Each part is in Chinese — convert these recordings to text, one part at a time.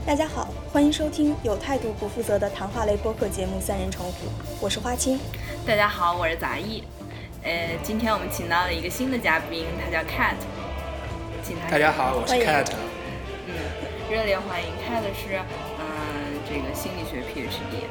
大家好，欢迎收听有态度不负责的谈话类播客节目《三人成虎》，我是花青。 大家好，我是杂艺。今天我们请到了一个新的嘉宾，他叫 Cat。 大家好，我是 Cat。 热烈欢迎 Cat 是这个心理学 PhD。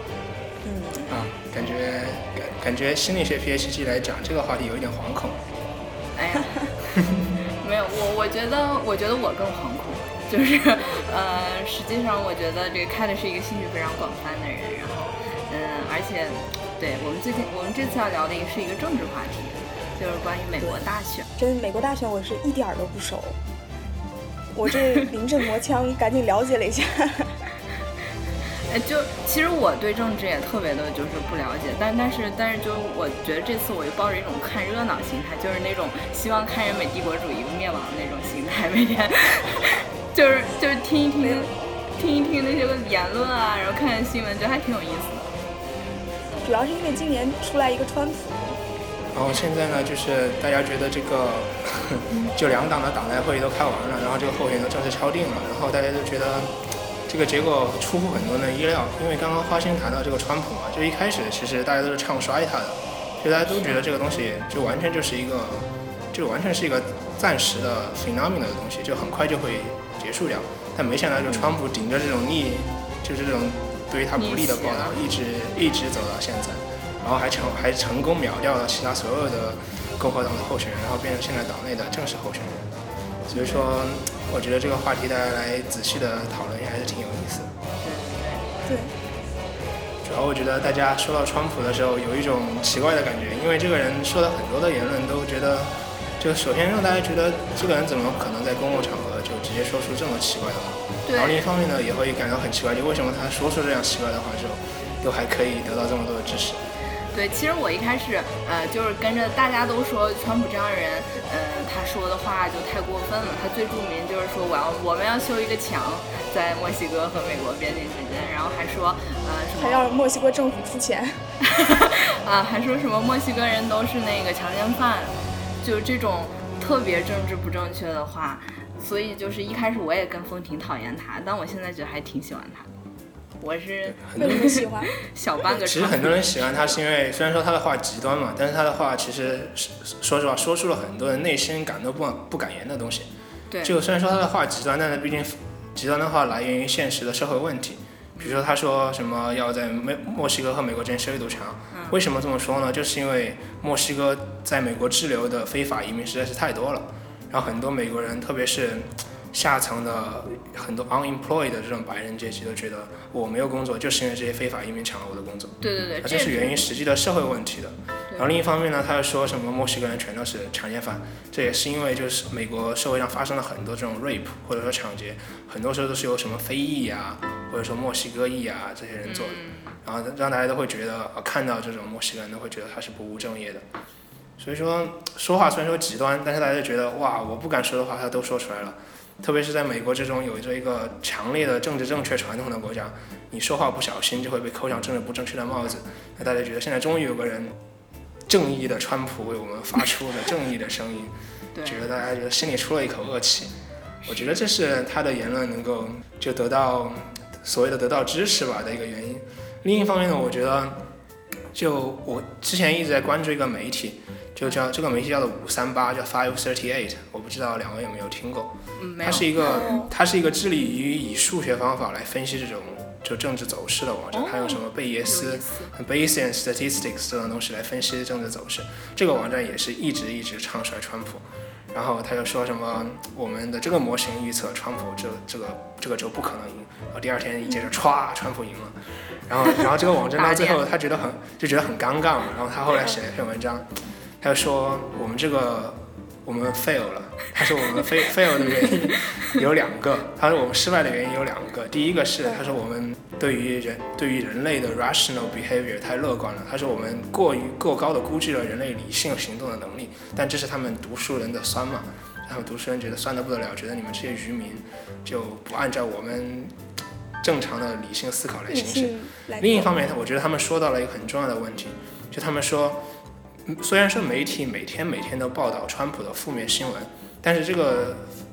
感觉心理学 PhD 来讲这个话题有一点惶恐。 哎呀，没有，我觉得我更惶恐。就是实际上我觉得这个 Cat 是一个兴趣非常广泛的人，然后而且对我们这次要聊的是一个政治话题，就是关于美国大选。 美国大选我是一点都不熟，我这临阵磨枪赶紧了解了一下。 就其实我对政治也特别的就是不了解，但是就我觉得这次我就抱着一种看热闹心态，就是那种希望看人美帝国主义灭亡的那种心态，每天就是听一听那些个言论啊，然后看看新闻，觉得还挺有意思的。 主要是因为今年出来一个川普， 然后现在呢，就是大家觉得这个就两党的党代会议都开完了，然后这个候选人都正式敲定了，然后大家都觉得这个结果出乎很多人的意料。因为刚刚花心谈到这个川普嘛，就一开始其实大家都是唱衰他的，就大家都觉得这个东西就完全是一个暂时的 phenomenon 的东西，就很快就会结束掉。但没想到就川普顶着这种就是这种对于他不利的报道，一直走到现在，然后还成功秒掉了其他所有的共和党的候选人，然后变成现在党内的正式候选人。所以说我觉得这个话题大家来仔细的讨论一下还是挺有意思的。 对， 主要我觉得大家说到川普的时候有一种奇怪的感觉，因为这个人说的很多的言论都觉得，就首先让大家觉得这个人怎么可能在公共场合就直接说出这么奇怪的话，然后另一方面呢也会感到很奇怪，就为什么他说出这样奇怪的话之后又还可以得到这么多的支持。 对，其实我一开始就是跟着大家都说川普这样的人，他说的话就太过分了。他最著名就是说我们要修一个墙在墨西哥和美国边境之间，然后还说什么还要墨西哥政府出钱还说什么墨西哥人都是那个强奸犯，就这种特别政治不正确的话。所以就是一开始我也跟风挺讨厌他，但我现在觉得还挺喜欢他的。我是很多人喜欢小半个。 其实很多人喜欢他是因为虽然说他的话极端嘛，但是他的话其实说实话说出了很多人内心感都不敢言的东西。 对， 就虽然说他的话极端，但是毕竟极端的话来源于现实的社会问题。比如说他说什么要在墨西哥和美国之间修一堵墙，为什么这么说呢？就是因为墨西哥在美国滞留的非法移民实在是太多了，然后很多美国人特别是下层的很多 unemployed 的这种白人阶级都觉得我没有工作，就是因为这些非法移民抢了我的工作。 对， 这是源于实际的社会问题的。然后另一方面呢，他又说什么墨西哥人全都是强奸犯，这也是因为就是美国社会上发生了很多这种 rape 或者说抢劫，很多时候都是由什么非裔啊或者说墨西哥裔啊这些人做的，然后让大家都会觉得看到这种墨西哥人都会觉得他是不务正业的。所以说话虽然说极端，但是大家就觉得哇，我不敢说的话他都说出来了。特别是在美国这种有着一个强烈的政治正确传统的国家，你说话不小心就会被扣上政治不正确的帽子。那大家觉得现在终于有个人正义的川普为我们发出了正义的声音，觉得大家觉得心里出了一口恶气。我觉得这是他的言论能够就得到所谓的得到支持吧的一个原因。另一方面呢，我觉得就我之前一直在关注一个媒体，就叫这个媒体叫做538，叫 538， 我不知道两位有没有听过。它是一个致力于以数学方法来分析这种就政治走势的网站，它用什么贝叶斯 Bayesian Statistics 这种东西来分析政治走势。这个网站也是一直唱衰川普，然后他就说什么我们的这个模型预测川普这个州不可能赢，然后第二天一接着歘川普赢了，然后这个网站到最后他觉得很尴尬嘛，然后他后来写了一篇文章，他就说我们 fail 了，他说我们 fail 的原因有两个，他说我们失败的原因有两个，第一个是他说我们对于人类的 rational behavior 太乐观了，他说我们过高的估计了人类理性行动的能力，但这是他们读书人的酸嘛，他们读书人觉得酸得不得了，觉得你们这些愚民就不按照我们正常的理性思考来行事。另一方面我觉得他们说到了一个很重要的问题，就他们说虽然说媒体每天都报道川普的负面新闻，但是这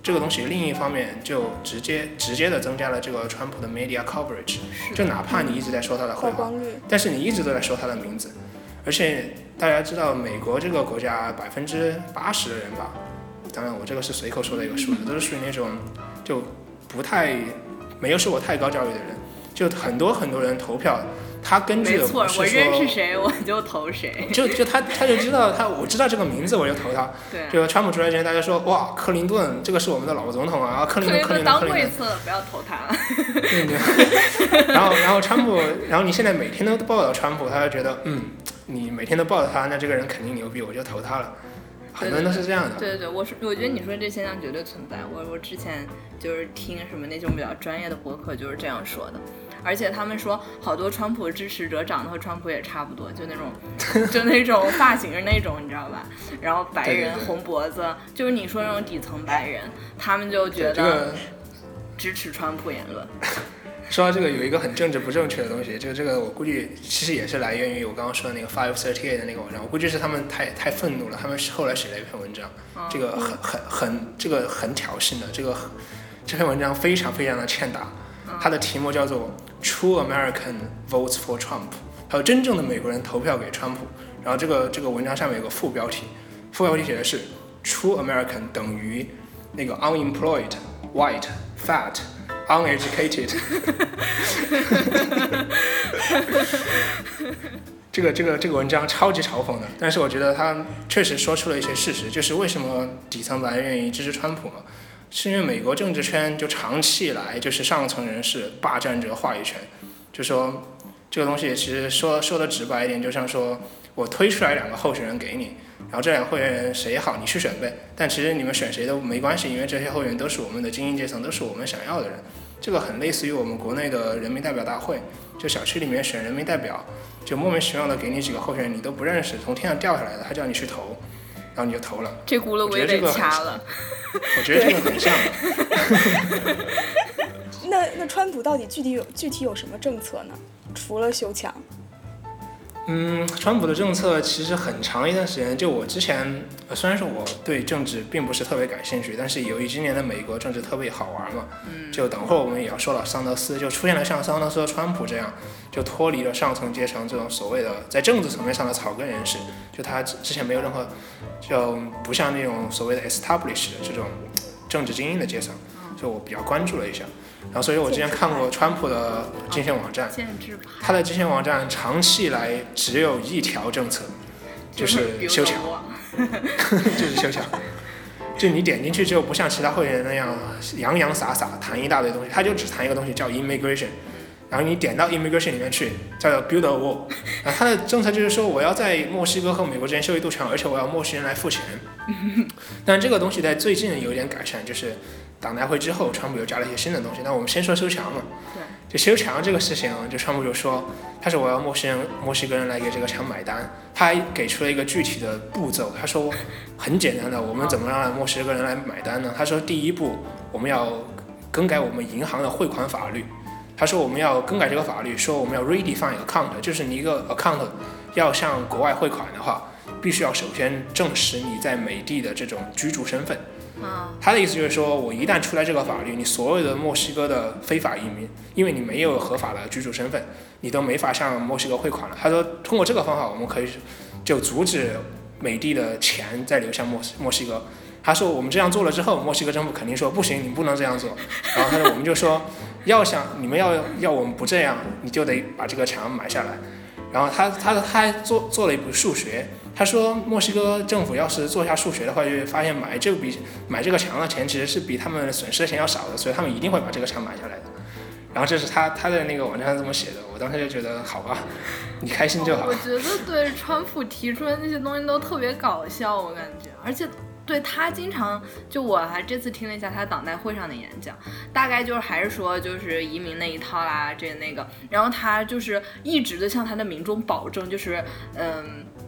这个东西另一方面就直接的增加了这个川普的 media coverage， 就哪怕你一直在说他的坏话，但是你一直都在说他的名字，而且大家知道美国这个国家80%的人吧，当然我这个是随口说的一个数字，都是属于那种就不太没有受过太高教育的人，就很多人投票，他根据的不是说没错，我认识谁我就投谁， 就他就知道我知道这个名字我就投他。 对， 就川普出来之前，大家说哇，克林顿这个是我们的老总统啊，克林顿当过一次了，不要投他了。 然后川普，然后你现在每天都报道川普，他就觉得你每天都报道他，那这个人肯定牛逼，我就投他了。很多人都是这样的。 对，我觉得你说这现象绝对存在。我之前就是听什么那种比较专业的博客就是这样说的，而且他们说好多川普支持者长得和川普也差不多，就那种发型是那种，你知道吧？然后白人对红脖子，就是你说那种底层白人，他们就觉得支持川普言论。 说到这个，有一个很政治不正确的东西，这个我估计其实也是来源于我刚刚说的那个538的那个网站，我估计是他们太愤怒了，他们后来写了一篇文章，这个很挑衅的，这篇文章非常的欠打，它的题目叫做 True American Votes for Trump， 还有真正的美国人投票给川普，然后这个文章下面有个副标题写的是 True American 等于那个 unemployed white fat。uneducated 这个文章超级嘲讽的，但是我觉得他确实说出了一些事实，就是为什么底层白人愿意支持川普呢？是因为美国政治圈就长期以来就是上层人士霸占着话语权，就说这个东西其实说的直白一点，就像说我推出来2个候选人给你，然后这2个候选人谁好你去选呗，但其实你们选谁都没关系，因为这些候选人都是我们的精英阶层，都是我们想要的人。这个很类似于我们国内的人民代表大会，就小区里面选人民代表，就莫名其妙的给你几个候选人你都不认识，从天上掉下来的，他叫你去投，然后你就投了。 这轱辘我也得掐了。 我觉得这个很像。 那川普到底具体有什么政策呢？除了修墙？ 川普的政策其实很长一段时间，就我之前虽然说我对政治并不是特别感兴趣，但是由于今年的美国政治特别好玩嘛，就等会儿我们也要说到桑德斯，就出现了像桑德斯和川普这样，就脱离了上层阶层这种所谓的在政治层面上的草根人士，就他之前没有任何，就不像那种所谓的 established 这种政治精英的阶层，所以我比较关注了一下。然后所以我之前看过川普的竞选网站，他的竞选网站长期以来只有一条政策，就是修墙，就是修墙。就你点进去之后，不像其他会员那样洋洋洒洒谈一大堆东西，他就只谈一个东西叫 immigration， 然后你点到 immigration 里面去，叫 build a wall， 然后他的政策就是说我要在墨西哥和美国之间修一堵墙，而且我要墨西哥人来付钱。但这个东西在最近有点改善，就是党代会之后，川普又加了一些新的东西。那我们先说修墙嘛，就修墙这个事情，就川普就说，他说我要墨西哥人来给这个墙买单，他还给出了一个具体的步骤，他说很简单的，我们怎么让墨西哥人来买单呢？他说第一步，我们要更改我们银行的汇款法律。他说我们要更改这个法律，说我们要 redefine account， 就是你一个 account 要向国外汇款的话，必须要首先证实你在美帝的这种居住身份。他的意思就是说，我一旦出来这个法律，你所有的墨西哥的非法移民，因为你没有合法的居住身份，你都没法向墨西哥汇款了。他说，通过这个方法，我们可以就阻止美帝的钱再流向墨西哥。他说，我们这样做了之后，墨西哥政府肯定说不行，你不能这样做。然后他说，我们就说，你们要我们不这样，你就得把这个墙买下来。然后他还做了一部数学。他说，墨西哥政府要是做下数学的话，就会发现买这个墙的钱其实是比他们损失的钱要少的，所以他们一定会把这个墙买下来的。然后这是他的那个网站这么写的，我当时就觉得好吧，你开心就好。 我觉得对川普提出的那些东西都特别搞笑，我感觉，而且对他经常就我还这次听了一下他党代会上的演讲，大概就是还是说就是移民那一套啦，这那个，然后他就是一直的向他的民众保证，就是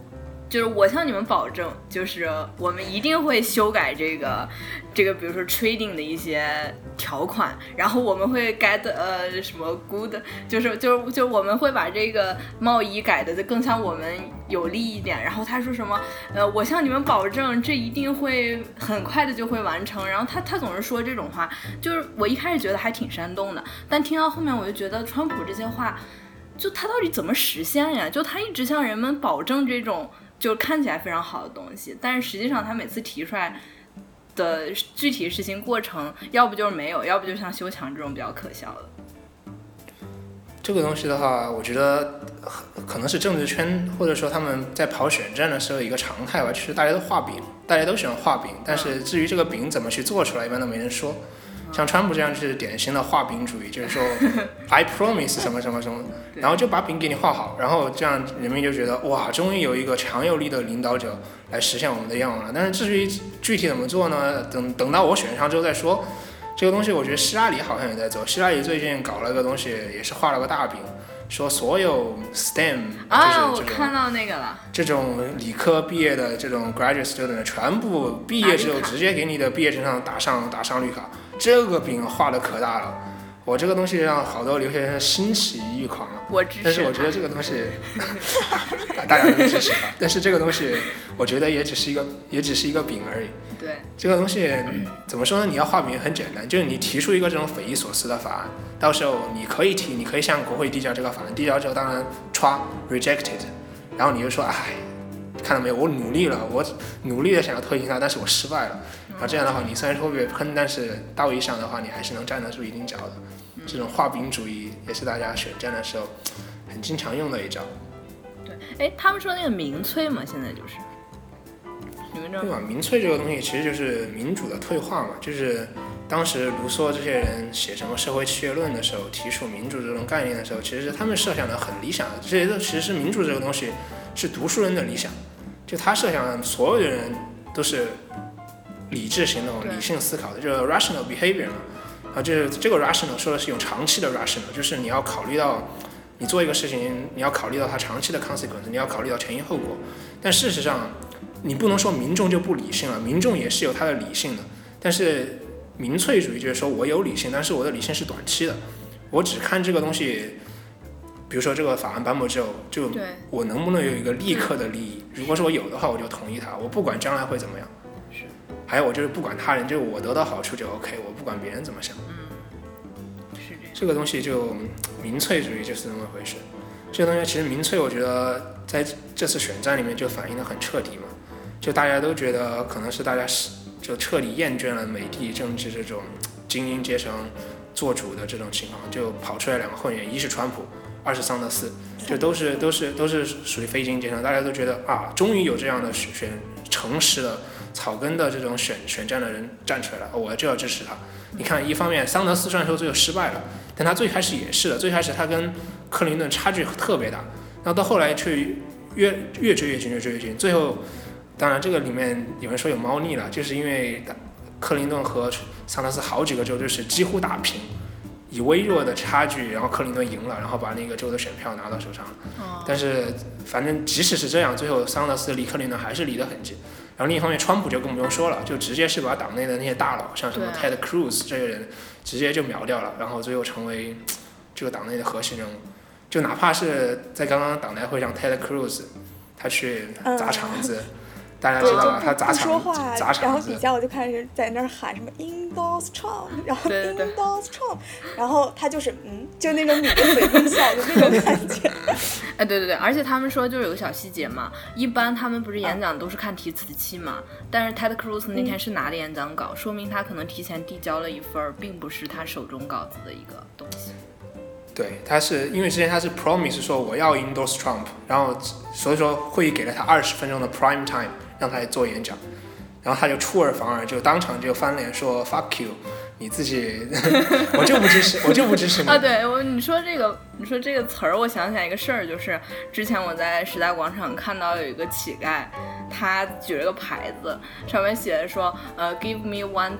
就是我向你们保证，就是我们一定会修改这个，比如说 trading 的一些条款，然后我们会get 什么 good， 就是我们会把这个贸易改的更向我们有利一点。然后他说什么我向你们保证，这一定会很快的就会完成。然后他总是说这种话，就是我一开始觉得还挺煽动的，但听到后面我就觉得川普这些话，就他到底怎么实现呀？就他一直向人们保证这种就看起来非常好的东西，但是实际上他每次提出来的具体实行过程，要不就是没有，要不就像修墙这种比较可笑的。 这个东西的话，我觉得可能是政治圈或者说他们在跑选战的时候一个常态吧，就是大家都画饼，大家都喜欢画饼，但是至于这个饼怎么去做出来，一般都没人说。像川普这样就是典型的画饼主义，就是说 I promise 什么什么什么，然后就把饼给你画好，然后这样人民就觉得哇，终于有一个强有力的领导者来实现我们的愿望了。但是至于具体怎么做呢？等到我选上之后再说。这个东西我觉得希拉里好像也在做，希拉里最近搞了个东西，也是画了个大饼，说所有 STEM 我看到那个了， 这种理科毕业的这种 graduate student 全部毕业之后直接给你的毕业证上打上绿卡。这个饼画的可大了，我这个东西让好多留学生欣喜欲狂了。 我支持， 但是我觉得这个东西大家都支持他，但是这个东西我觉得也只是一个饼而已。 对， 这个东西怎么说呢？你要画饼很简单，就是你提出一个这种匪夷所思的法案，到时候你可以提，你可以向国会递交这个法案，递交之后当然rejected， 然后你就说，哎，看到没有，我努力了，我努力的想要推行它，但是我失败了。然后这样的话，你虽然会被喷，但是道义上的话，你还是能站得住一定脚的。这种画饼主义也是大家选战的时候很经常用的一招。 对，哎，他们说那个民粹嘛，现在就是，你们知道吗？ 对吧？民粹这个东西其实就是民主的退化嘛，就是当时卢梭这些人写什么社会契约论的时候，提出民主这种概念的时候，其实他们设想的很理想的，这些都其实民主这个东西是读书人的理想，就他设想所有的人都是理智型的、理性思考的，就是 rational behavior 嘛。啊，就是这个 rational 说的是一种长期的 rational， 就是你要考虑到你做一个事情，你要考虑到它长期的 consequence， 你要考虑到前因后果。但事实上，你不能说民众就不理性了，民众也是有他的理性的。但是民粹主义就是说我有理性，但是我的理性是短期的，我只看这个东西。比如说这个法案颁布之后，就我能不能有一个立刻的利益？如果说我有的话，我就同意它，我不管将来会怎么样。 是。 还有我就是不管他人，就是我得到好处就 OK， 我不管别人怎么想。 是这样。 这个东西就民粹主义就是那么回事。这个东西其实民粹，我觉得在这次选战里面就反映得很彻底嘛。就大家都觉得可能是大家就彻底厌倦了美帝政治这种精英阶层做主的这种情况，就跑出来两个混元，一是川普，二是桑德斯，就都是属于非精英阶层。大家都觉得啊，终于有这样的诚实的草根的这种选战的人站出来了，我就要支持他。你看，一方面桑德斯虽然说最后失败了，但他最开始也是的，最开始他跟克林顿差距特别大，然后到后来却越追越近，最后当然这个里面有人说有猫腻了，就是因为克林顿和桑德斯好几个州就是几乎打平，以微弱的差距，然后克林顿赢了，然后把那个州的选票拿到手上了。但是反正即使是这样，最后桑德斯离克林顿还是离得很近。然后另一方面，川普就更不用说了，就直接是把党内的那些大佬，像什么 Ted Cruz 这些人，直接就秒掉了，然后最后成为这个党内的核心人物。就哪怕是在刚刚党代会上 Ted Cruz 他去砸场子，大家知道吧？他砸场子， 然后底下我就开始在那儿喊什么 Endorse Trump， 然后 Endorse Trump， 然后他就是就那种抿着嘴边笑的那种感觉。 哎，对，而且他们说就是有个小细节嘛，一般他们不是演讲都是看提词器嘛，但是 Ted Cruz 那天是拿的演讲稿，说明他可能提前递交了一份并不是他手中稿子的一个东西。 对，他是因为之前他是 promise 说我要 endorse Trump， 然后所以说会议给了他20分钟的 prime time 让他来做演讲，然后他就出尔反尔，就当场就翻脸说 fuck you， 你自己我就不支持你啊！对，你说这个词儿，我想起来一个事儿，就是之前我在时代广场看到有一个乞丐，他举了个牌子，上面写的说give me $1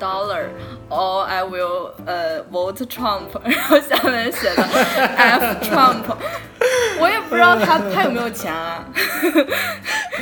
or I will vote Trump， 然后下面写的 F Trump， 我也不知道他有没有钱啊。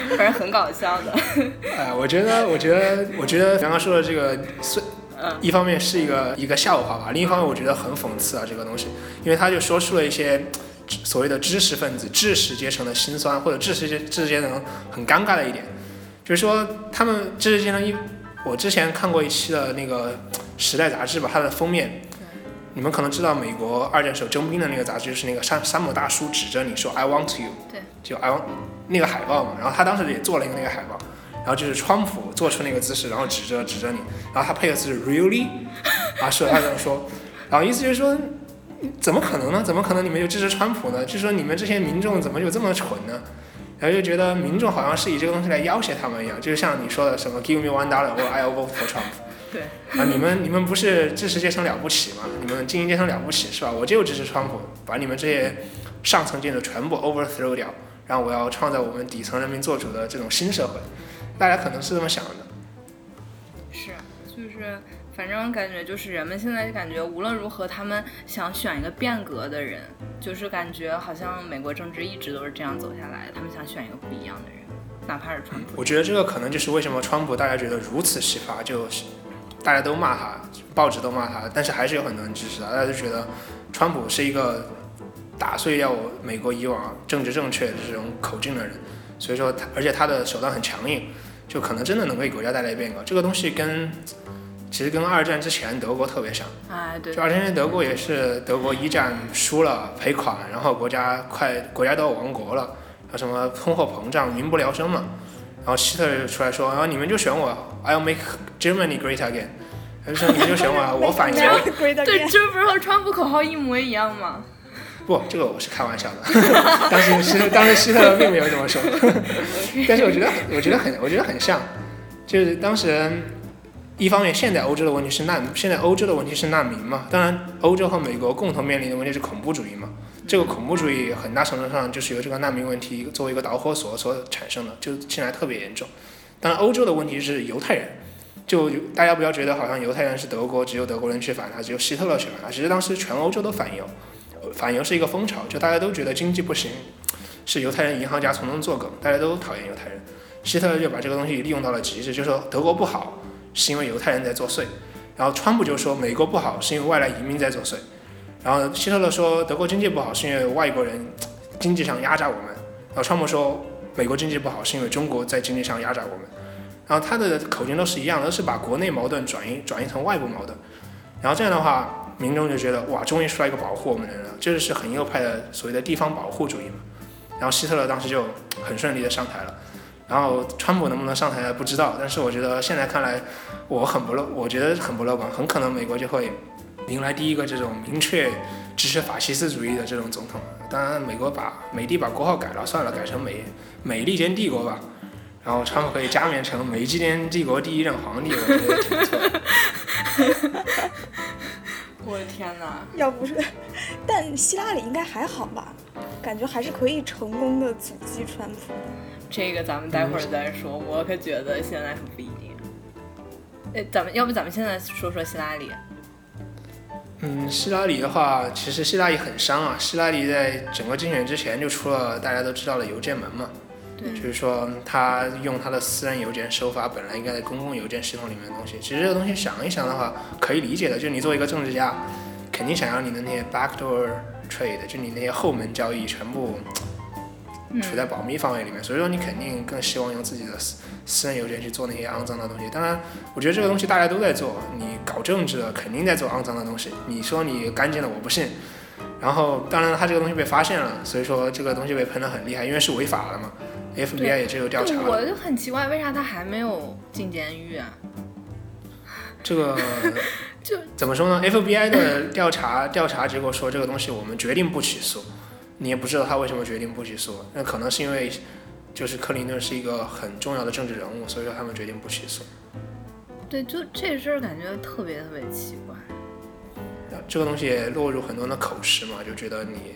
反正很搞笑的。 我觉得刚刚说的这个一方面是一个笑话吧，另一方面我觉得很讽刺啊，这个东西，因为他就说出了一些所谓的知识分子、知识阶层的辛酸，或者知识阶层很尴尬的一点，就是说他们知识阶层我之前看过一期的那个《时代》杂志吧，它的封面，你们可能知道美国二战时候征兵的那个杂志，就是那个山姆大叔指着你说 I want you， 对， 就 I want 那个海报嘛，然后他当时也做了一个那个海报，然后就是川普做出那个姿势，然后指着你，然后他配的是 really， 他这么说，然后意思就是说，怎么可能呢？怎么可能你们就支持川普呢？就是说你们这些民众怎么就这么蠢呢？然后就觉得民众好像是以这个东西来要挟他们一样，就像你说的什么 Give me $1 或 I'll vote for Trump。 对。 啊，你们不是知识阶层了不起吗？你们精英阶层了不起是吧？我就支持川普，把你们这些上层建筑全部 overthrow 掉，然后我要创造我们底层人民做主的这种新社会。大家可能是这么想的。 是，就是反正感觉就是人们现在感觉无论如何，他们想选一个变革的人，就是感觉好像美国政治一直都是这样走下来的，他们想选一个不一样的人，哪怕是川普。 我觉得这个可能就是为什么川普大家觉得如此奇葩，就是大家都骂他，报纸都骂他，但是还是有很多人支持他，大家就觉得川普是一个打碎掉美国以往政治正确的这种口径的人，所以说而且他的手段很强硬，就可能真的能给国家带来变革。这个东西其实跟二战之前德国特别像， 对， 就二战前德国也是德国一战输了赔款，然后国家都要亡国了，什么通货膨胀民不聊生嘛，然后希特勒出来说，你们就选我 ，I'll make Germany great again， 他说你们就选我，我反犹。 对，这不是和川普口号一模一样吗？ 不，这个我是开玩笑的。当时希特勒并没有这么说，但是我觉得很像，就是当时一方面现在欧洲的问题是难民嘛，当然欧洲和美国共同面临的问题是恐怖主义嘛。这个恐怖主义很大程度上就是由这个难民问题作为一个导火索所产生的，就现在特别严重。当然欧洲的问题是犹太人，就大家不要觉得好像犹太人是只有德国人去反他，只有希特勒去反他，其实当时全欧洲都反犹是一个风潮，就大家都觉得经济不行，是犹太人银行家从中作梗，大家都讨厌犹太人。希特勒就把这个东西利用到了极致，就说德国不好是因为犹太人在作祟，然后川普就说美国不好是因为外来移民在作祟，然后希特勒说德国经济不好是因为外国人经济上压榨我们，然后川普说美国经济不好是因为中国在经济上压榨我们，然后他的口径都是一样的，都是把国内矛盾转移成外部矛盾，然后这样的话民众就觉得哇，终于出来一个保护我们的人了，这就是很右派的所谓的地方保护主义嘛。然后希特勒当时就很顺利的上台了，然后川普能不能上台不知道，但是我觉得现在看来我觉得很不乐观，很可能美国就会迎来第一个这种明确支持法西斯主义的这种总统。当然美帝把国号改了，算了，改成美利坚帝国吧，然后川普可以加冕成美利坚帝国第一任皇帝，我觉得挺不错的。 我的天哪！ 要不是，但希拉里应该还好吧？感觉还是可以成功的阻击川普。 这个咱们待会儿再说，我可觉得现在很不一定。要不咱们现在说说希拉里？ 希拉里的话，其实希拉里很伤啊。希拉里在整个竞选之前就出了大家都知道的邮件门嘛，就是说他用他的私人邮件收发本来应该在公共邮件系统里面的东西。其实这个东西想一想的话，可以理解的，就你作为一个政治家，肯定想要你的那些 backdoor trade， 就你那些后门交易全部处在保密范围里面，所以说你肯定更希望用自己的私人邮件去做那些肮脏的东西。当然我觉得这个东西大家都在做，你搞政治的肯定在做肮脏的东西，你说你干净了我不信。然后当然他这个东西被发现了，所以说这个东西被喷得很厉害，因为是违法了嘛， FBI 也是有调查了。 我就很奇怪为啥他还没有进监狱啊。 这个就怎么说呢， FBI 的调查结果说这个东西我们决定不起诉，你也不知道他为什么决定不起诉，那可能是因为就是克林顿是一个很重要的政治人物，所以说他们决定不起诉。 对，就这事儿感觉特别奇怪。 这个东西也落入很多人的口实嘛，就觉得你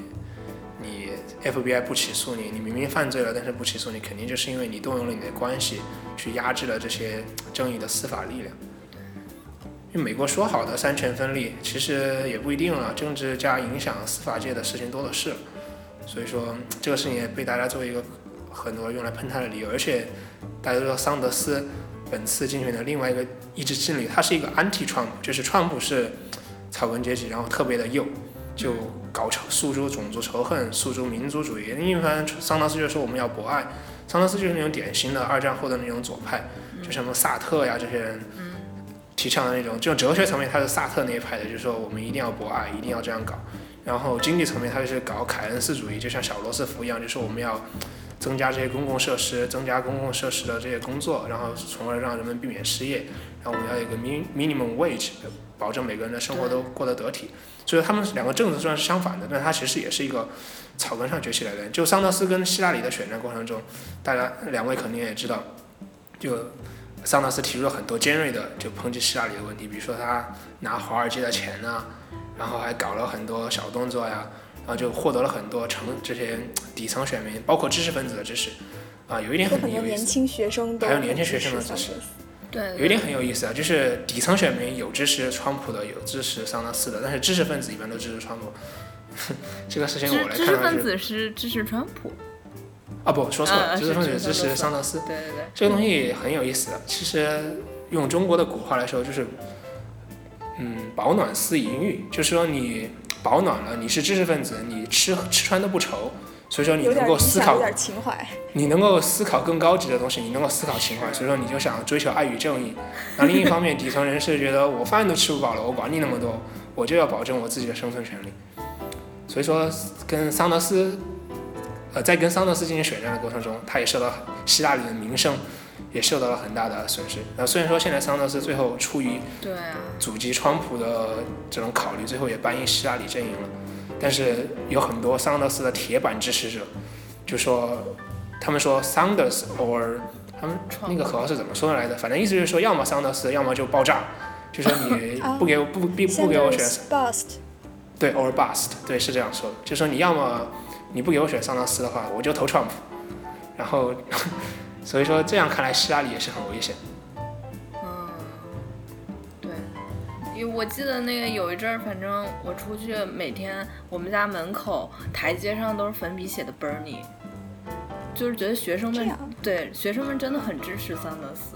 FBI 不起诉你明明犯罪了，但是不起诉你，肯定就是因为你动用了你的关系去压制了这些正义的司法力量。因为美国说好的三权分立，其实也不一定了，政治加影响司法界的事情多的是，所以说这个事情也被大家作为一个很多用来喷他的理由。而且大家都知道桑德斯本次竞选的另外一个意志心理，他是一个 anti-Trump， 就是川普是草根阶级，然后特别的右，就搞诉诸种族仇恨，诉诸民族主义。另一方面，桑德斯就说我们要博爱，桑德斯就是那种典型的二战后的那种左派，就什么萨特呀这些人提倡的那种，这种哲学层面他是萨特那一派的，就是说我们一定要博爱，一定要这样搞。然后经济层面他就是搞凯恩斯主义，就像小罗斯福一样，就是我们要增加这些公共设施，增加公共设施的这些工作，然后从而让人们避免失业。然后我们要有一个 minimum wage， 保证每个人的生活都过得得体。所以他们两个政策虽然是相反的，但他其实也是一个草根上崛起来的人。就桑德斯跟希拉里的选战过程中，大家两位肯定也知道，就桑德斯提出了很多尖锐的就抨击希拉里的问题，比如说他拿华尔街的钱啊，然后还搞了很多小动作呀，然后就获得了很多这些底层选民，包括知识分子的支持。有一点很有意思， 年轻学生都还有年轻学生的支持。 对， 有一点很有意思啊，就是底层选民有支持川普的，有支持桑德斯的，但是知识分子一般都支持川普。这个事情我来看知识分子是支持川普。 不，说错了，知识分子支持桑德斯。 对对对， 这个东西很有意思的。其实用中国的古话来说，就是保暖思淫欲，就是说你保暖了，你是知识分子，你吃穿都不愁。所以说你能够思考， 有点情怀， 你能够思考更高级的东西，你能够思考情怀，所以说你就想追求爱与正义。那另一方面，底层人士觉得我饭都吃不饱了，我管你那么多，我就要保证我自己的生存权利。所以说，在跟桑德斯进行选战的过程中，他也受到希拉里的名声也受到了很大的损失。虽然说现在桑德斯最后出于阻击川普的这种考虑，最后也搬进希拉里阵营了。但是有很多桑德斯的铁板支持者，就说他们说 Sanders or 他们那个口号是怎么说的来的？反正意思就是说，要么桑德斯，要么就爆炸，就说你不给我选 ，bust， 对 or bust， 对是这样说的，就说你要么你不给我选桑德斯的话，我就投川普。然后所以说这样看来，希拉里也是很危险。 我记得那个有一阵儿，反正我出去每天我们家门口台阶上都是粉笔写的 Bernie， 就是觉得学生们真的很支持桑德斯。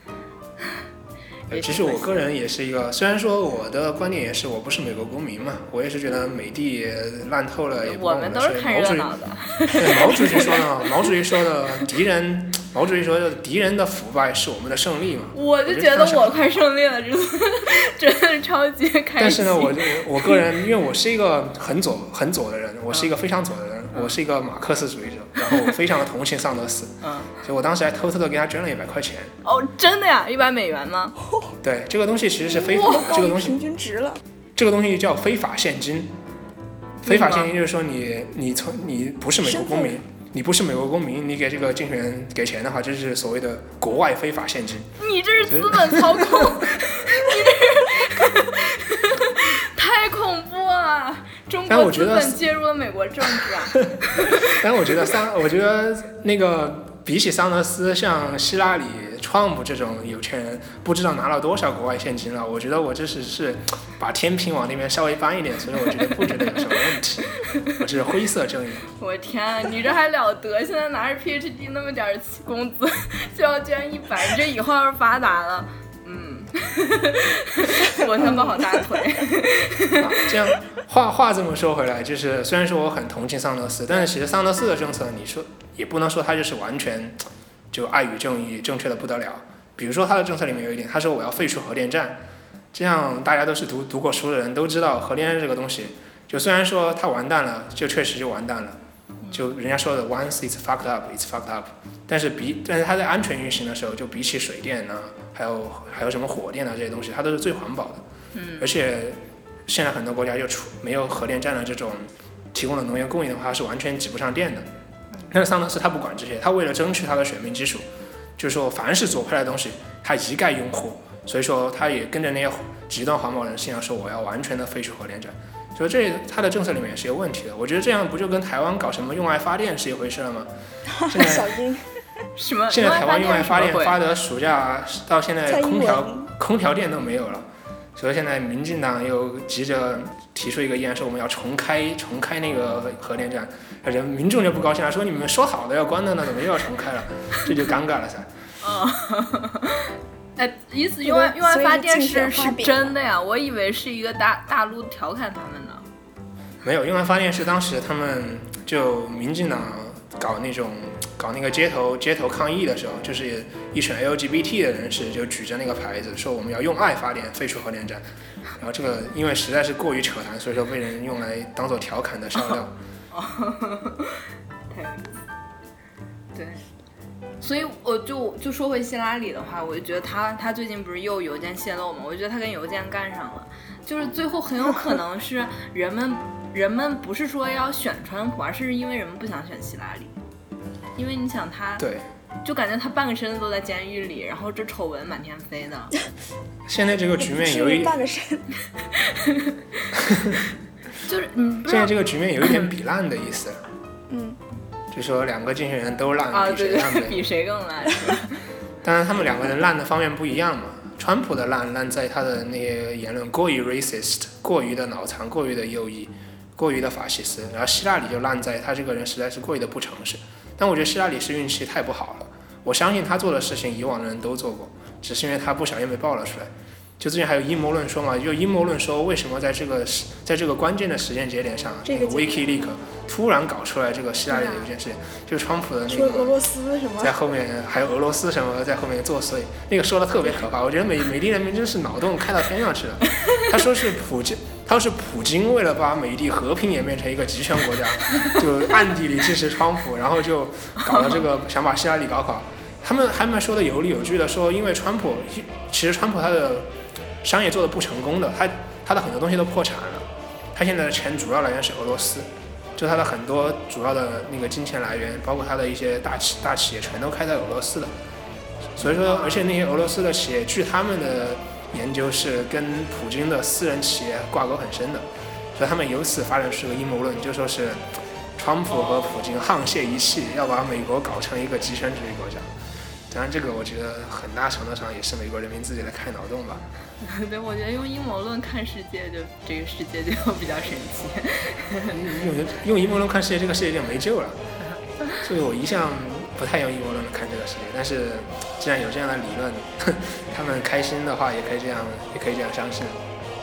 其实我个人也是一个，虽然说我的观点也是我不是美国公民嘛，我也是觉得美帝也烂透了，也不关我的事。 我们都是看热闹的。 对，毛主席说的敌人的腐败是我们的胜利嘛。 我就觉得我快胜利了，真的是超级开心。 但是呢，我个人因为我是一个很左的人，我是一个非常左的人，我是一个马克思主义者，然后我非常的同情桑德斯，所以我当时还偷偷的给他捐了100块钱。 哦，真的呀？100美元吗？ 对，这个东西其实是非法的，这个东西平均值了。 这个东西叫非法现金。非法现金就是说你不是美国公民，你不是美国公民，你给这个竞选人给钱的话，这是所谓的国外非法现金。 你这是资本操控，你这是太恐怖了！中国资本介入了美国政治啊！ 但我觉得那个比起桑德斯，像希拉里、川普这种有钱人，不知道拿了多少国外现金了。我觉得我这是把天平往那边稍微搬一点，所以我觉得不觉得有什么问题。我这是灰色正义。 我天啊，你这还了得！现在拿着 PhD 那么点工资就要捐100，你这以后要是发达了，我先抱好大腿。 这样话这么说回来，就是虽然说我很同情桑德斯，但是其实桑德斯的政策，你说也不能说他就是完全就爱与正义正确的不得了。比如说他的政策里面有一点，他说我要废除核电站，这样大家都是读过书的人都知道，核电站这个东西，就虽然说它完蛋了，就确实就完蛋了，就人家说的 once it's fucked up, it's fucked up， 但是它在安全运行的时候，就比起水电啊，还有什么火电啊这些东西，它都是最环保的。而且现在很多国家就没有核电站的这种提供的能源供应的话，它是完全挤不上电的。但是桑德斯他不管这些，他为了争取他的选民基础，就是说凡是左派的东西他一概拥护，所以说他也跟着那些极端环保人士一样说我要完全的废除核电站。所以他的政策里面也是有问题的。我觉得这样不就跟台湾搞什么用爱发电是一回事了吗？ 小英什么？ 现在台湾用爱发电发的暑假到现在空调电都没有了，所以现在民进党又急着提出一个议案，说我们要重开那个核电站，而且民众就不高兴了，说你们说好的要关的呢，怎么又要重开了？这就尴尬了噻。 意思用爱发电是真的呀？我以为是一个大陆调侃他们呢。 没有，用爱发电是当时他们就民进党搞那个街头抗议的时候，就是一群 LGBT 的人士就举着那个牌子说我们要用爱发电，废除核电站。然后这个因为实在是过于扯淡，所以说被人用来当做调侃的笑料。 太有意思。对，所以我就说回希拉里的话，我就觉得他最近不是又邮件泄露嘛？我觉得他跟邮件干上了，就是最后很有可能是人们不是说要选川普，而是因为人们不想选希拉里，因为你想他对。 就感觉他半个身子都在监狱里，然后这丑闻满天飞的。 现在这个局面有一半个身， 就是现在这个局面有一点比烂的意思。就说两个竞选人都烂，比谁烂呗？ 比谁更烂？ 当然，他们两个人烂的方面不一样嘛。川普的烂在他的那些言论过于 racist， 过于的脑残，过于的右翼，过于的法西斯。然后希拉里就烂在他这个人实在是过于的不诚实。但我觉得希拉里是运气太不好了，我相信他做的事情以往的人都做过，只是因为他不小心被爆了出来。就之前还有阴谋论说嘛，就阴谋论说为什么在这个关键的时间节点上， 这个 WikiLeaks 突然搞出来这个希拉里的一件事情，就是川普的那个俄罗斯什么， 在后面还有俄罗斯什么在后面作祟，那个说的特别可怕。我觉得美帝人民真是脑洞开到天上去了。他说是普京为了把美帝和平演变成一个集权国家，就暗地里支持川普，然后就搞了这个想把希拉里搞垮。他们还蛮说的有理有据的，说因为其实川普他的商业做的不成功的，他的很多东西都破产了，他现在的钱主要来源是俄罗斯，就他的很多主要的那个金钱来源，包括他的一些大企业全都开在俄罗斯的。所以说，而且那些俄罗斯的企业，据他们的研究是跟普京的私人企业挂钩很深的，所以他们由此发展出个阴谋论，就说是川普和普京沆瀣一气，要把美国搞成一个集权主义国家。当然，这个我觉得很大程度上也是美国人民自己在开脑洞吧。 对，我觉得用阴谋论看世界，就这个世界就比较神奇。 用阴谋论看世界，这个世界就没救了。所以我一向不太用阴谋论看这个世界，但是既然有这样的理论，他们开心的话也可以这样相信。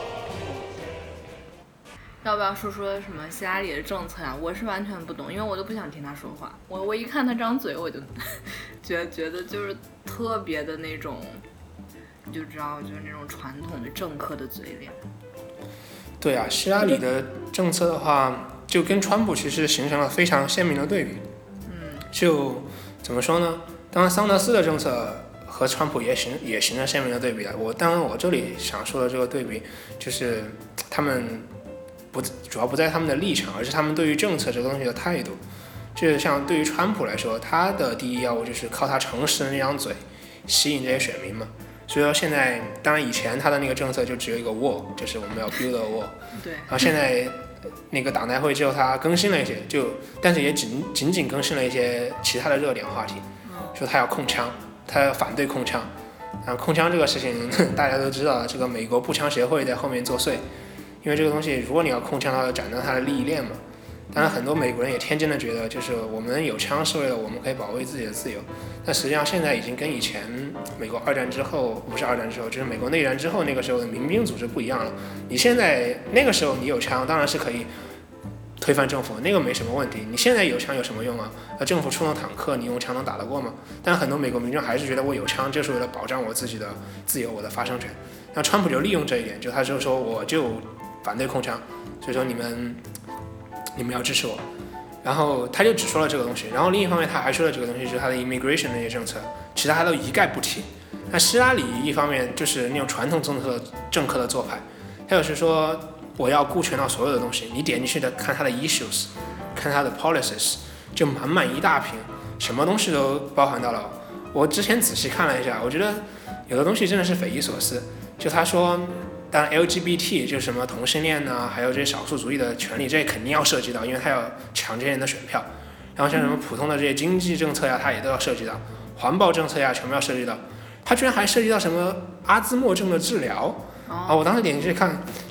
要不要说什么希拉里的政策啊？我是完全不懂，因为我都不想听他说话。我一看他张嘴，我就觉得就是特别的那种，你就知道就是那种传统的政客的嘴脸。对啊，希拉里的政策的话，就跟川普其实形成了非常鲜明的对比。就怎么说呢？当然桑德斯的政策和川普也形成鲜明的对比了。当然我这里想说的这个对比，就是他们主要不在他们的立场，而是他们对于政策这个东西的态度。就像对于川普来说，他的第一要务就是靠他诚实的那张嘴吸引这些选民嘛。所以说现在，当然以前他的那个政策就只有一个 wall， 就是我们要 build a wall。 对。 然后现在那个党代会之后，他更新了一些，但是也仅仅更新了一些其他的热点话题，说他要控枪，他要反对控枪。然后控枪这个事情大家都知道，这个美国步枪协会在后面作祟。因为这个东西，如果你要控枪，它要斩断它的利益链嘛。当然，很多美国人也天真的觉得，就是我们有枪是为了我们可以保卫自己的自由。但实际上，现在已经跟以前美国二战之后，不是二战之后，就是美国内战之后那个时候的民兵组织不一样了。你现在那个时候你有枪，当然是可以推翻政府，那个没什么问题。你现在有枪有什么用啊？政府出动坦克，你用枪能打得过吗？但很多美国民众还是觉得我有枪就是为了保障我自己的自由，我的发声权。那川普就利用这一点，他就说我就反对控枪，所以说你们要支持我。然后他就只说了这个东西，然后另一方面他还说了这个东西，就是他的 immigration 那些政策，其他都一概不提。那希拉里一方面就是那种传统政客的做派，他就是说我要顾全到所有的东西，你点进去的看他的 issues， 看他的 policies， 就满一大屏，什么东西都包含到了。我之前仔细看了一下，我觉得有的东西真的是匪夷所思。就他说，当然 LGBT 就是什么同性恋啊，还有这些少数族裔的权利，这肯定要涉及到，因为他要抢这些人的选票。然后像什么普通的这些经济政策呀，他也都要涉及到，环保政策呀，全部要涉及到。他居然还涉及到什么阿兹莫症的治疗啊！我当时点进去看，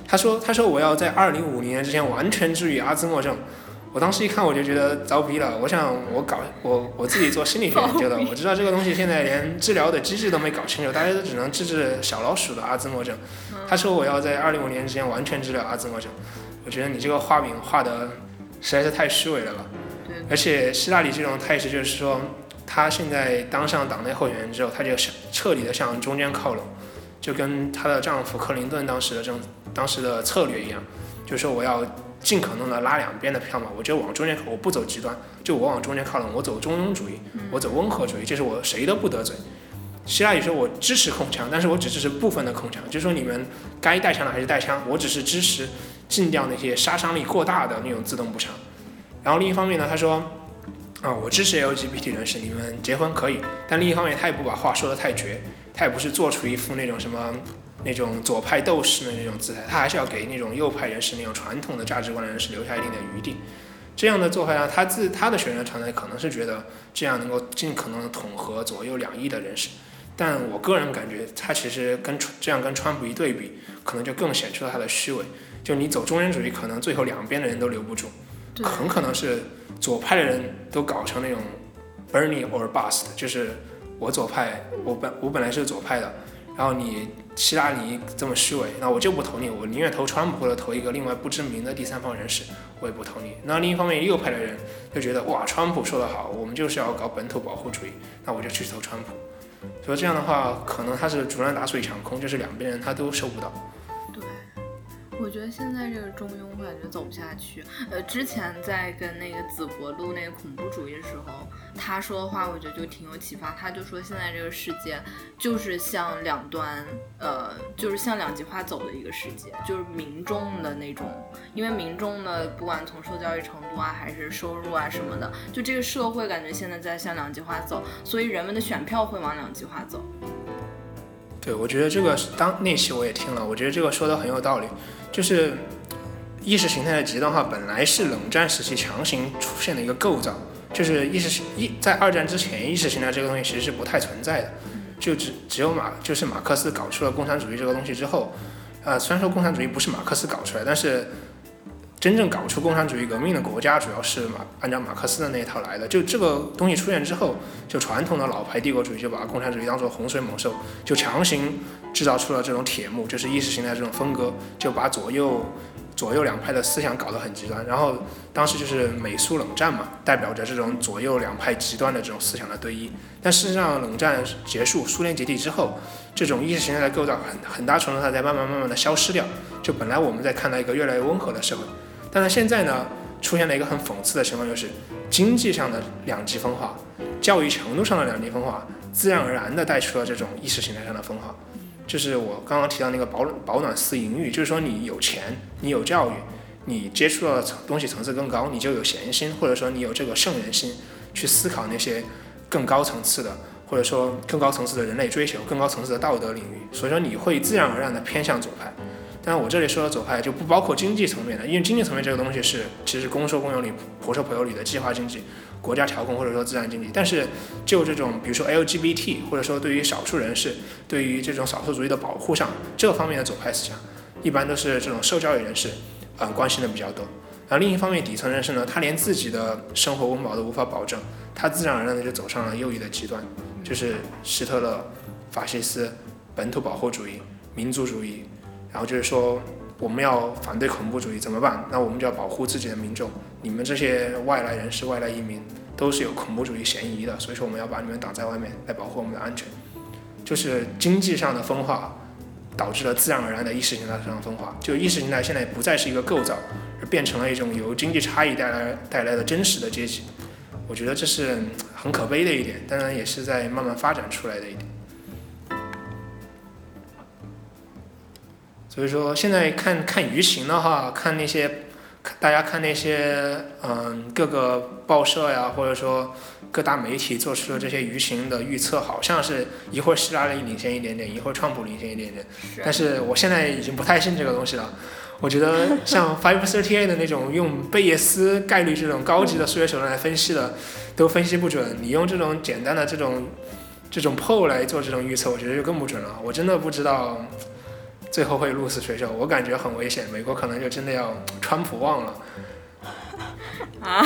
他说我要在2050年之前完全治愈阿兹莫症。我当时一看我就觉得糟逼了，我想我自己做心理学研究的，我知道这个东西现在连治疗的机制都没搞清楚，大家都只能治小老鼠的阿兹莫症。他说我要在2050年之前完全治疗阿兹莫症，我觉得你这个画饼画的实在是太虚伪了吧。而且希拉里这种态势就是说，他现在当上党内候选人之后，他就彻底的向中间靠拢，就跟她的丈夫克林顿当时的策略一样，就是说我要尽可能的拉两边的票嘛，我就往中间，我不走极端，就我往中间靠拢，我走中庸主义，我走温和主义，就是我谁都不得罪。希拉里说我支持控枪，但是我只支持部分的控枪，就是说你们该带枪的还是带枪，我只是支持禁掉那些杀伤力过大的那种自动步枪。然后另一方面呢，他说我支持 LGBT 人士，你们结婚可以，但另一方面他也不把话说得太绝，他也不是做出一副那种什么那种左派斗士的那种姿态，他还是要给那种右派人士那种传统的价值观的人士留下一定的余地。这样的做法呢，他的选择团队可能是觉得这样能够尽可能的统合左右两翼的人士，但我个人感觉他其实这样跟川普一对比，可能就更显出了他的虚伪。就你走中间主义，可能最后两边的人都留不住，很可能是左派的人都搞成那种 Bernie or bust， 就是我左派，我本来是左派的，然后你希拉里这么虚伪，那我就不投你，我宁愿投川普或者投一个另外不知名的第三方人士，我也不投你。那另一方面，右派的人就觉得哇，川普说得好，我们就是要搞本土保护主义，那我就去投川普。所以这样的话，可能他是竹篮打水一场空，就是两边人他都收不到。 对，我觉得现在这个中庸感觉走不下去。之前在跟那个子博录那个恐怖主义的时候，他说的话我觉得就挺有启发。他就说现在这个世界就是向两端，就是向两极化走的一个世界，就是民众的那种，因为民众的不管从受教育程度啊，还是收入啊什么的，就这个社会感觉现在在向两极化走，所以人们的选票会往两极化走。 对，我觉得这个那期我也听了，我觉得这个说的很有道理。就是意识形态的极端化本来是冷战时期强行出现的一个构造，就是在二战之前，意识形态这个东西其实是不太存在的，就只有就是马克思搞出了共产主义这个东西之后，虽然说共产主义不是马克思搞出来，但是真正搞出共产主义革命的国家主要是按照马克思的那一套来的。就这个东西出现之后，就传统的老牌帝国主义就把共产主义当作洪水猛兽，就强行制造出了这种铁幕，就是意识形态这种分割，就把左右两派的思想搞得很极端。然后当时就是美苏冷战嘛，代表着这种左右两派极端的这种思想的对弈。但事实上冷战结束，苏联解体之后，这种意识形态的构造很大程度上在慢慢的消失掉。就本来我们在看到一个越来越温和的社会，但是现在呢，出现了一个很讽刺的情况，就是经济上的两极分化，教育程度上的两极分化，自然而然的带出了这种意识形态上的分化。就是我刚刚提到那个保暖思淫欲，就是说你有钱，你有教育，你接触到的东西层次更高，你就有闲心，或者说你有这个圣人心，去思考那些更高层次的，或者说更高层次的人类追求，更高层次的道德领域，所以说你会自然而然的偏向左派。但是我这里说的左派就不包括经济层面的，因为经济层面这个东西是其实公说公有理，婆说婆有理的计划经济、国家调控或者说自然经济。但是就这种比如说 LGBT 或者说对于少数人士、对于这种少数族裔的保护上，这方面的左派思想一般都是这种受教育人士关心的比较多。然后另一方面底层人士呢，他连自己的生活温饱都无法保证，他自然而然的就走上了右翼的极端，就是希特勒、法西斯、本土保护主义、民族主义。然后就是说我们要反对恐怖主义怎么办？那我们就要保护自己的民众，你们这些外来人士、外来移民都是有恐怖主义嫌疑的，所以说我们要把你们挡在外面来保护我们的安全。就是经济上的分化导致了自然而然的意识形态上的分化，就意识形态现在不再是一个构造，而变成了一种由经济差异带来的真实的阶级。我觉得这是很可悲的一点，当然也是在慢慢发展出来的一点。所以说现在看舆情的话，大家看那些各个报社呀，或者说各大媒体做出的这些舆情的预测，好像是一会儿希拉里领先一点点，一会儿川普领先一点点。但是我现在已经不太信这个东西了。我觉得像 538 的那种用贝叶斯概率这种高级的数学手段来分析的，都分析不准。你用这种简单的这种 poll 来做这种预测，我觉得就更不准了。我真的不知道最后会鹿死谁手，我感觉很危险。美国可能就真的要川普忘了啊！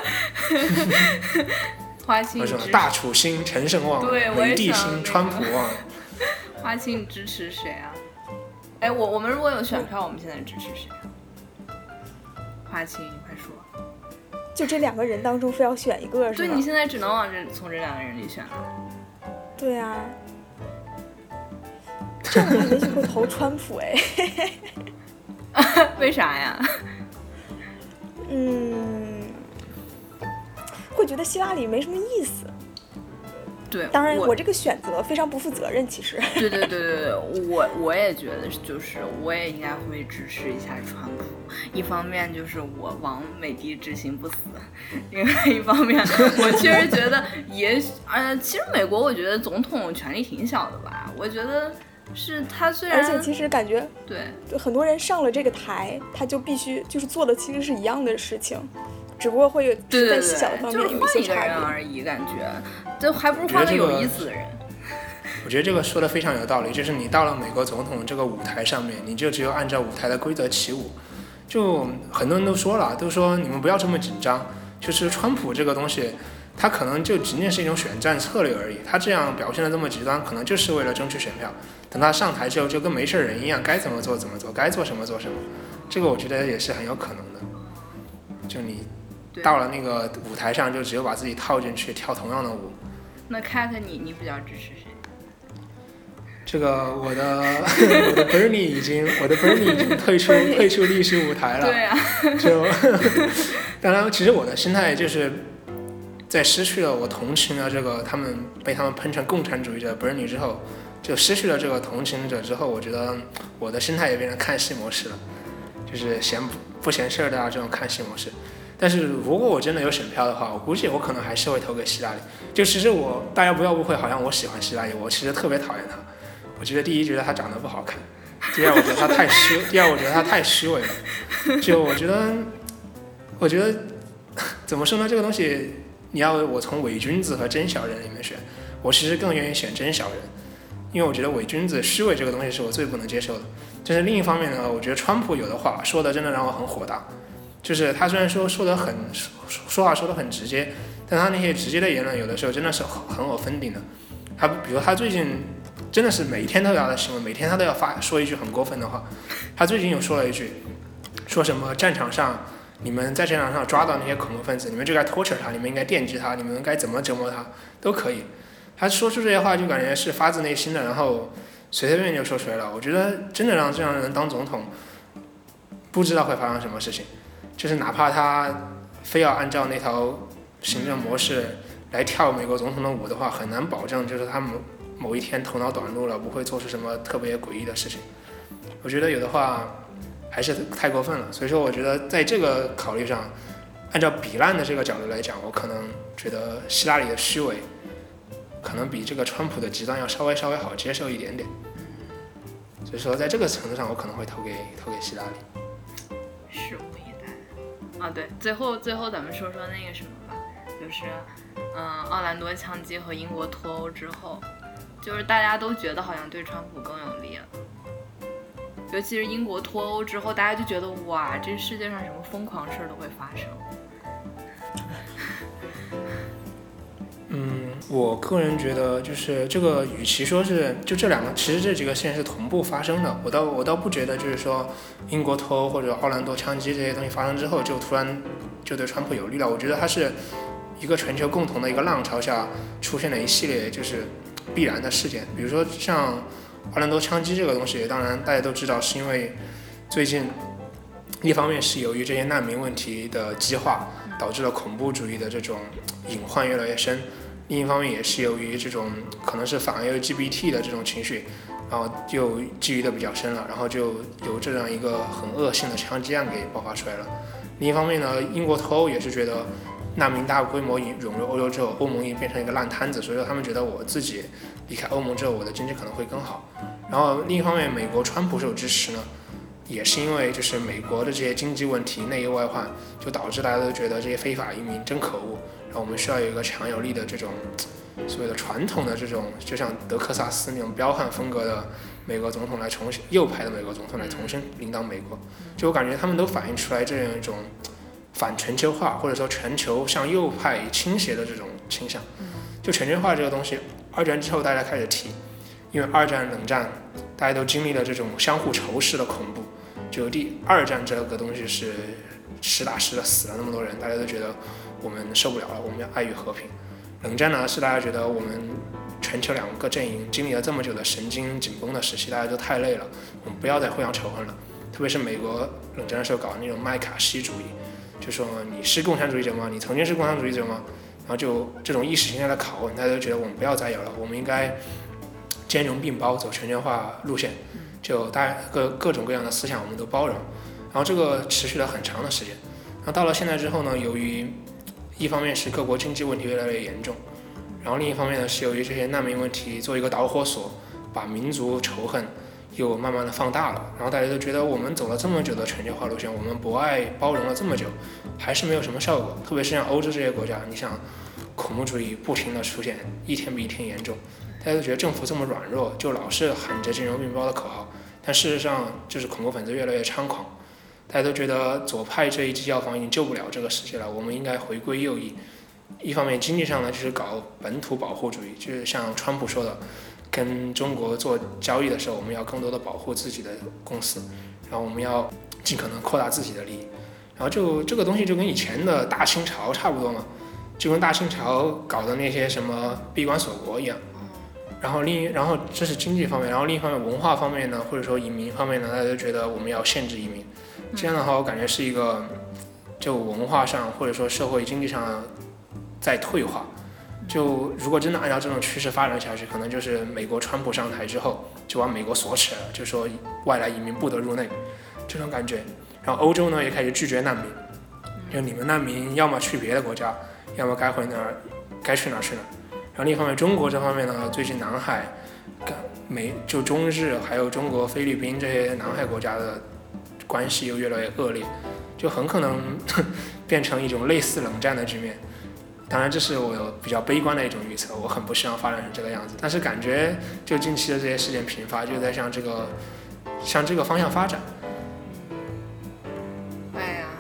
花青大楚兴，陈胜忘了，美帝兴，川普忘了。 花青支持谁啊？哎，我们如果有选票，我们现在支持谁？花青，你快说。 就这2个人当中非要选一个是吧？ 对，你现在只能从这2个人里选了。 对啊，这样的话也许会投川普哎。 为啥呀？ 会觉得希拉里没什么意思。 对， 当然我这个选择非常不负责任，其实。 对，我也觉得就是我也应该会支持一下川普。一方面就是我亡美帝之心不死，另外一方面我确实觉得其实美国我觉得总统权力挺小的吧，我觉得是他虽然， 而且其实感觉对很多人上了这个台，他就必须就是做的其实是一样的事情。只不过会有在细小的方面有一些差别， 就是换一个人而已，感觉这还不如换个有意思的人。 我觉得这个说的非常有道理，就是你到了美国总统这个舞台上面，你就只有按照舞台的规则起舞。就很多人都说你们不要这么紧张，就是川普这个东西，他可能就仅仅是一种选战策略而已。他这样表现的这么极端，可能就是为了争取选票。等他上台之后，就跟没事人一样，该怎么做怎么做，该做什么做什么。这个我觉得也是很有可能的。就你到了那个舞台上，就只有把自己套进去跳同样的舞。 那 Cat 你比较支持谁？ 这个我的Bernie 已经退出历史舞台了。 对啊。 就当然，其实我的心态就是在失去了我同情的这个被他们喷成共产主义者 Bernie 之后，就失去了这个同情者之后，我觉得我的心态也变成看戏模式了，就是不嫌事儿的这种看戏模式。但是如果我真的有选票的话，我估计我可能还是会投给希拉里。就其实大家不要误会，好像我喜欢希拉里，我其实特别讨厌他。我觉得第一，觉得他长得不好看；第二，我觉得他太虚伪了。就我觉得怎么说呢？这个东西你要我从伪君子和真小人里面选，我其实更愿意选真小人，因为我觉得伪君子虚伪这个东西是我最不能接受的。但是另一方面呢，我觉得川普有的话说的真的让我很火大。就是他虽然说话说得很直接，但他那些直接的言论有的时候真的是很有分顶的。比如他最近真的是每天都要的新闻，每天他都要说一句很过分的话。他最近有说了一句，说什么你们在战场上抓到那些恐怖分子，你们就该torture他，你们应该电击他，你们该怎么折磨他都可以。他说出这些话就感觉是发自内心的，然后随便就说出来了。我觉得真的让这样的人当总统，不知道会发生什么事情。就是哪怕他非要按照那条行政模式来跳美国总统的舞的话，很难保证就是他某一天头脑短路了，不会做出什么特别诡异的事情。我觉得有的话还是太过分了，所以说我觉得在这个考虑上，按照比烂的这个角度来讲，我可能觉得希拉里的虚伪可能比这个川普的极端要稍微好接受一点点。所以说在这个程度上，我可能会投给希拉里。 拭目以待。对，最后咱们说那个什么吧，就是奥兰多枪击和英国脱欧之后，就是大家都觉得好像对川普更有利了。尤其是英国脱欧之后，大家就觉得哇，这世界上什么疯狂事都会发生。 我个人觉得就是这个，与其说是就这两个，其实这几个事件是同步发生的。我倒不觉得就是说英国脱欧或者奥兰多枪击这些东西发生之后，就突然就对川普有利了。我觉得它是一个全球共同的一个浪潮下出现的一系列就是必然的事件。比如说像奥兰多枪击这个东西，当然大家都知道是因为最近一方面是由于这些难民问题的激化，导致了恐怖主义的这种隐患越来越深。另一方面也是由于这种可能是反 LGBT 的这种情绪，然后就基于的比较深了，然后就有这样一个很恶性的枪击案给爆发出来了。另一方面呢，英国脱欧也是觉得难民大规模涌入欧洲之后，欧盟已经变成一个烂摊子，所以说他们觉得我自己离开欧盟之后，我的经济可能会更好。然后另一方面，美国川普受支持呢，也是因为就是美国的这些经济问题内忧外患，就导致大家都觉得这些非法移民真可恶。然后我们需要有一个强有力的这种所谓的传统的这种，就像德克萨斯那种彪悍风格的美国总统来重新右派的美国总统来重新领导美国，就我感觉他们都反映出来这样一种反全球化或者说全球向右派倾斜的这种倾向。就全球化这个东西，二战之后大家开始提，因为二战冷战大家都经历了这种相互仇视的恐怖，就第二战这个东西是实打实的死了那么多人，大家都觉得我们受不了了，我们要爱与和平。冷战呢是大家觉得我们全球两个阵营经历了这么久的神经紧绷的时期，大家都太累了，我们不要再互相仇恨了。特别是美国冷战的时候搞的那种麦卡锡主义，就说你是共产主义者吗？你曾经是共产主义者吗？然后就这种意识形态的拷问，大家都觉得我们不要再有了，我们应该兼容并包，走全球化路线，就大家各种各样的思想我们都包容。然后这个持续了很长的时间。然后到了现在之后呢，由于一方面是各国经济问题越来越严重，然后另一方面呢是由于这些难民问题做一个导火索，把民族仇恨又慢慢的放大了。然后大家都觉得我们走了这么久的全球化路线，我们博爱包容了这么久，还是没有什么效果。特别是像欧洲这些国家，你想恐怖主义不停的出现，一天比一天严重，大家都觉得政府这么软弱，就老是喊着兼容并包的口号，但事实上就是恐怖分子越来越猖狂。大家都觉得左派这一剂药方已经救不了这个世界了，我们应该回归右翼。一方面经济上呢，就是搞本土保护主义，就是像川普说的，跟中国做交易的时候，我们要更多的保护自己的公司，然后我们要尽可能扩大自己的利益。然后就这个东西就跟以前的大清朝差不多嘛，就跟大清朝搞的那些什么闭关锁国一样。然后这是经济方面，然后另一方面文化方面呢，或者说移民方面呢，大家都觉得我们要限制移民。这样的话，我感觉是一个就文化上或者说社会经济上在退化。就如果真的按照这种趋势发展下去，可能就是美国川普上台之后就把美国锁起来了，就说外来移民不得入内这种感觉。然后欧洲呢也开始拒绝难民，就你们难民要么去别的国家，要么该回哪儿该去哪儿去哪儿。然后另一方面，中国这方面呢，最近南海、就中日还有中国、菲律宾这些南海国家的关系又越来越恶劣，就很可能变成一种类似冷战的局面。当然，这是我比较悲观的一种预测，我很不希望发展成这个样子。但是感觉就近期的这些事件频发，就在向这个方向发展。 哎呀，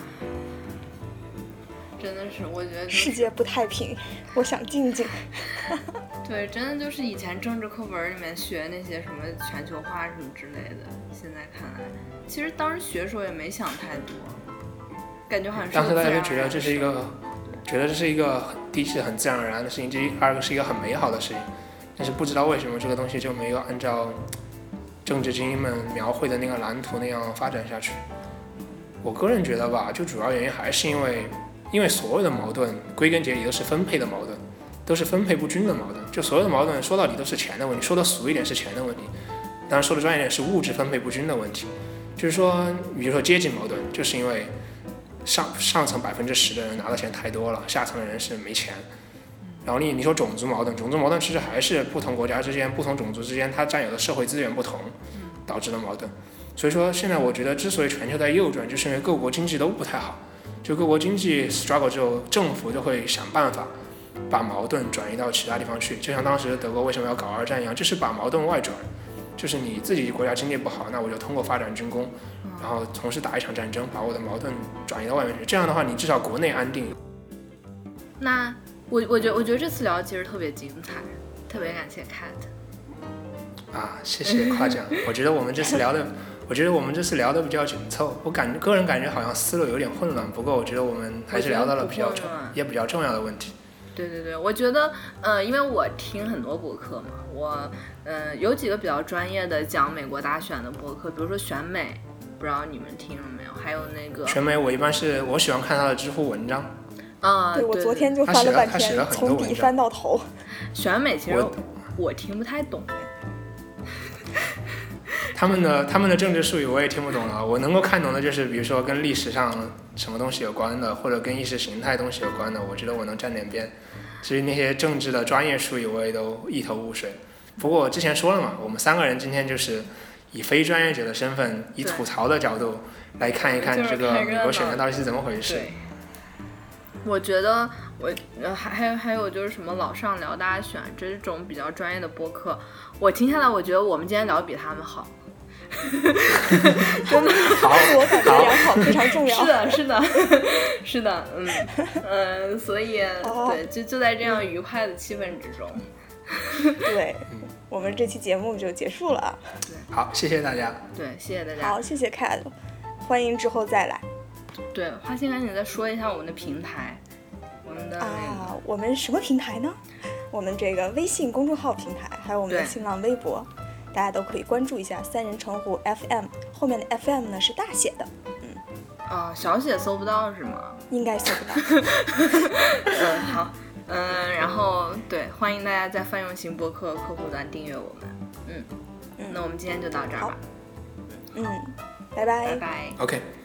真的是，我觉得、 世界不太平，我想静静。 对，真的就是以前政治课本里面学那些什么全球化什么之类的，现在看来，其实当时学的时候也没想太多，感觉好像是当时大家就觉得这是一个第一是很自然而然的事情，第二个是一个很美好的事情，但是不知道为什么这个东西就没有按照政治精英们描绘的那个蓝图那样发展下去。我个人觉得吧，就主要原因还是因为所有的矛盾归根结底都是分配的矛盾，都是分配不均的矛盾。就所有的矛盾说到底都是钱的问题，说的俗一点是钱的问题，当然说的专业点是物质分配不均的问题。就是说，比如说阶级矛盾，就是因为上层10%的人拿的钱太多了，下层的人是没钱。然后你说种族矛盾其实还是不同国家之间、不同种族之间，它占有的社会资源不同导致的矛盾。所以说现在我觉得之所以全球在右转，就是因为各国经济都不太好，就各国经济 struggle 之后，政府就会想办法把矛盾转移到其他地方去，就像当时德国为什么要搞二战一样，就是把矛盾外转，就是你自己国家经济不好，那我就通过发展军工，然后同时打一场战争，把我的矛盾转移到外面去。这样的话，你至少国内安定。 那我觉得这次聊的其实特别精彩，特别感谢 Cat。 谢谢夸奖。我觉得我们这次聊的比较紧凑，我个人感觉好像思路有点混乱，不过我觉得我们还是聊到了比较重要的问题。 对，我觉得因为我听很多播客嘛，我有几个比较专业的讲美国大选的播客，比如说选美，不知道你们听了没有？还有那个选美，我喜欢看他的知乎文章。 对，我昨天就翻了半天，从底翻到头。 选美其实我听不太懂。 他们的政治术语我也听不懂了，我能够看懂的就是比如说跟历史上什么东西有关的，或者跟意识形态东西有关的，我觉得我能沾点边。至于那些政治的专业术语我也都一头雾水。不过我之前说了嘛，我们3个人今天就是以非专业者的身份，以吐槽的角度来看一看这个美国选战到底是怎么回事。 我觉得还有就是什么老上聊大选这种比较专业的播客，我听下来，我觉得我们今天聊得比他们好。真的， 自我感觉良好非常重要。 是的，所以对，就在这样愉快的气氛之中。 对，我们这期节目就结束了。 好，谢谢大家。 对，谢谢大家。 好，谢谢 Cat， 欢迎之后再来。 对，花心赶紧再说一下我们的平台，我们的我们什么平台呢？我们这个微信公众号平台，还有我们的新浪微博，大家都可以关注一下三人成虎 FM， 后面的 FM 呢是大写的。 小写搜不到是吗？ 应该搜不到。 好，然后对，欢迎大家在泛用型播客客户端订阅我们。那我们今天就到这儿吧。 拜拜。 拜拜。 OK。